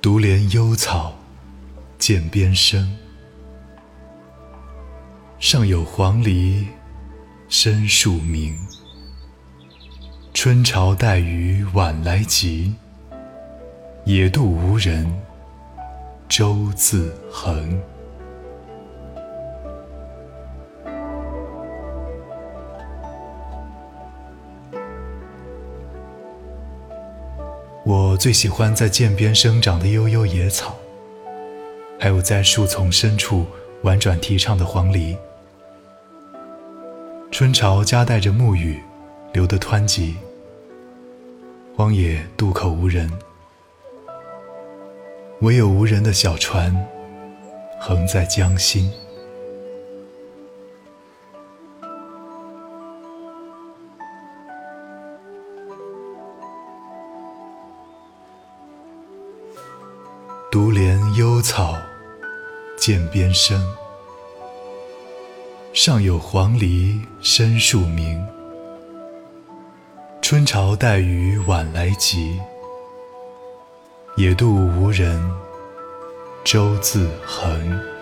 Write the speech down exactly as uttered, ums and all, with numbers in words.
独怜幽草涧边生，上有黄鹂深树鸣。春潮带雨晚来急，野渡无人舟自横。我最喜欢在涧边生长的悠悠野草，还有在树丛深处婉转啼唱的黄鹂。春潮夹带着暮雨，流得湍急，荒野渡口无人，唯有无人的小船横在江心。独怜幽草涧边生，上有黄鹂深树鸣。春潮带雨晚来急，野渡无人舟自横。